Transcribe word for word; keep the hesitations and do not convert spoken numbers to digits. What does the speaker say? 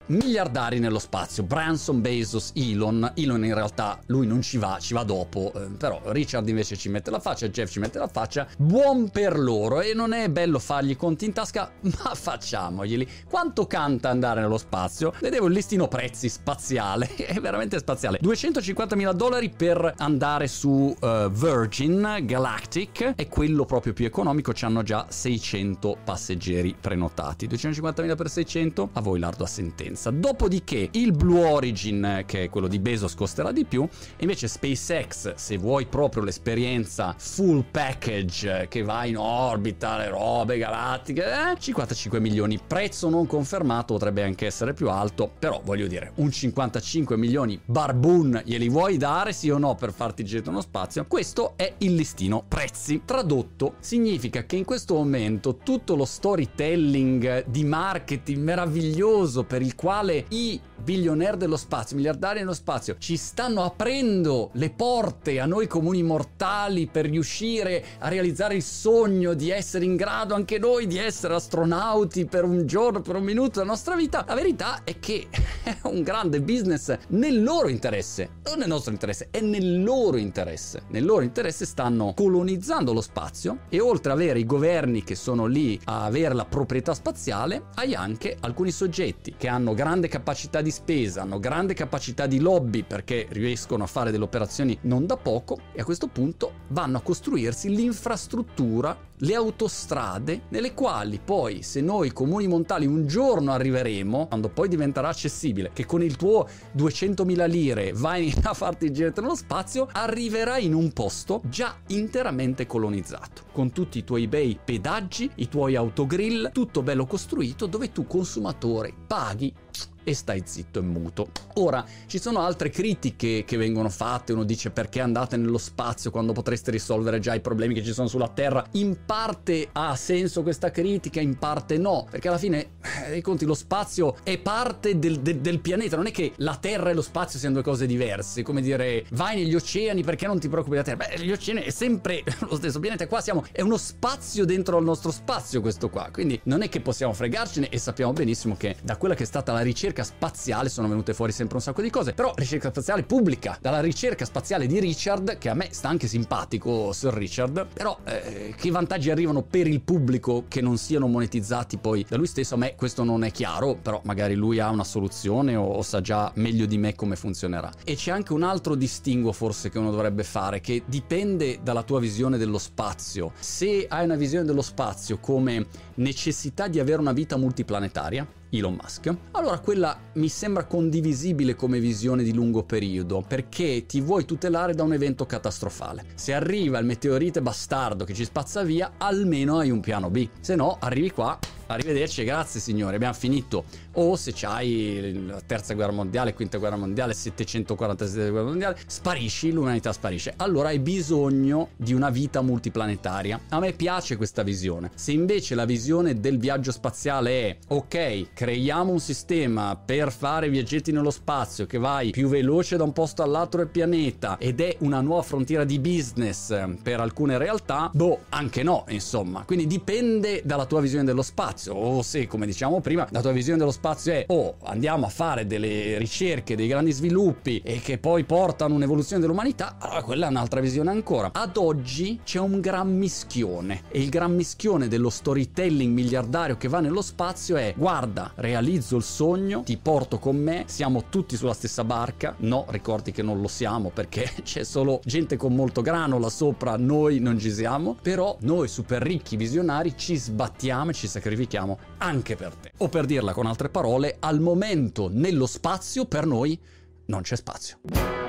miliardari nello spazio, Branson, Bezos, Elon. Elon in realtà lui non ci va, ci va dopo, eh, però Richard invece ci mette la faccia, Jeff ci mette la faccia. Buon per loro, e non è bello fargli i conti in tasca, ma facciamoglieli. Quanto canta andare nello spazio? Vedevo il listino prezzi spaziale, è veramente spaziale. duecentocinquantamila dollari per andare su uh, Virgin Galactic, è quello proprio più economico, ci hanno già seicento passeggeri prenotati. duecentocinquantamila per seicento, a voi l'ardua sentenza. Dopodiché il Blue Origin, che è quello di Bezos, costerà di più, e invece SpaceX, se vuoi proprio l'esperienza full package che va in orbita, le robe galattiche, eh, cinquantacinque milioni. Prezzo non confermato, potrebbe anche essere più alto, però voglio dire, un cinquantacinque milioni barbun glieli vuoi dare, sì o no, per farti girare nello spazio? Questo è il listino prezzi. Tradotto significa che in questo momento tutto lo storytelling di marketing meraviglioso per il quale i billionaire dello spazio, miliardari nello spazio, ci stanno aprendo le porte a noi comuni mortali per riuscire a realizzare il sogno di essere in grado anche noi di essere astronauti per un giorno, per un minuto della nostra vita. La verità è che è un grande business nel loro interesse, non nel nostro interesse, è nel loro interesse. Nel loro interesse stanno colonizzando lo spazio, e oltre ad avere i governi che sono lì a avere la proprietà spaziale, hai anche alcuni soggetti che hanno grande capacità di spesa, hanno grande capacità di lobby perché riescono a fare delle operazioni non da poco, e a questo punto vanno a costruirsi l'infrastruttura, le autostrade, nelle quali poi, se noi comuni montali un giorno arriveremo, quando poi diventerà accessibile, che con il tuo duecentomila lire vai a farti girare nello spazio, arriverai in un posto già interamente colonizzato, con tutti i tuoi bei pedaggi, i tuoi autogrill, tutto bello costruito, dove tu consumatore paghi e stai zitto e muto. Ora, ci sono altre critiche che vengono fatte. Uno dice: perché andate nello spazio quando potreste risolvere già i problemi che ci sono sulla Terra? In parte ha senso questa critica, in parte no, perché alla fine dei conti lo spazio è parte del, del, del pianeta. Non è che la Terra e lo spazio siano due cose diverse. Come dire, vai negli oceani, perché non ti preoccupi della Terra? Beh, gli oceani è sempre lo stesso pianeta, qua siamo, è uno spazio dentro al nostro spazio questo qua, quindi non è che possiamo fregarcene, e sappiamo benissimo che da quella che è stata la ricerca spaziale sono venute fuori sempre un sacco di cose. Però ricerca spaziale pubblica, dalla ricerca spaziale di Richard, che a me sta anche simpatico Sir Richard, però eh, che vantaggi arrivano per il pubblico che non siano monetizzati poi da lui stesso? A me questo non è chiaro, però magari lui ha una soluzione o, o sa già meglio di me come funzionerà. E c'è anche un altro distinguo forse che uno dovrebbe fare, che dipende dalla tua visione dello spazio. Se hai una visione dello spazio come necessità di avere una vita multiplanetaria, Elon Musk, allora quella mi sembra condivisibile come visione di lungo periodo, perché ti vuoi tutelare da un evento catastrofale. Se arriva il meteorite bastardo che ci spazza via, almeno hai un piano B, se no arrivi qua, arrivederci, grazie signore, abbiamo finito. O se c'hai la terza guerra mondiale, quinta guerra mondiale, settecentoquarantasette guerra mondiale, sparisci, l'umanità sparisce. Allora hai bisogno di una vita multiplanetaria. A me piace questa visione. Se invece la visione del viaggio spaziale è: ok, creiamo un sistema per fare viaggetti nello spazio che vai più veloce da un posto all'altro del pianeta, ed è una nuova frontiera di business per alcune realtà, boh, anche no, insomma. Quindi dipende dalla tua visione dello spazio. O se, come diciamo prima, la tua visione dello spazio è: oh, andiamo a fare delle ricerche, dei grandi sviluppi e che poi portano un'evoluzione dell'umanità, allora quella è un'altra visione ancora. Ad oggi c'è un gran mischione, e il gran mischione dello storytelling miliardario che va nello spazio è: guarda, realizzo il sogno, ti porto con me, siamo tutti sulla stessa barca. No, ricordi che non lo siamo, perché c'è solo gente con molto grano là sopra, noi non ci siamo, però noi super ricchi visionari ci sbattiamo e ci sacrifichiamo anche per te. O per dirla con altre parole, al momento nello spazio per noi non c'è spazio.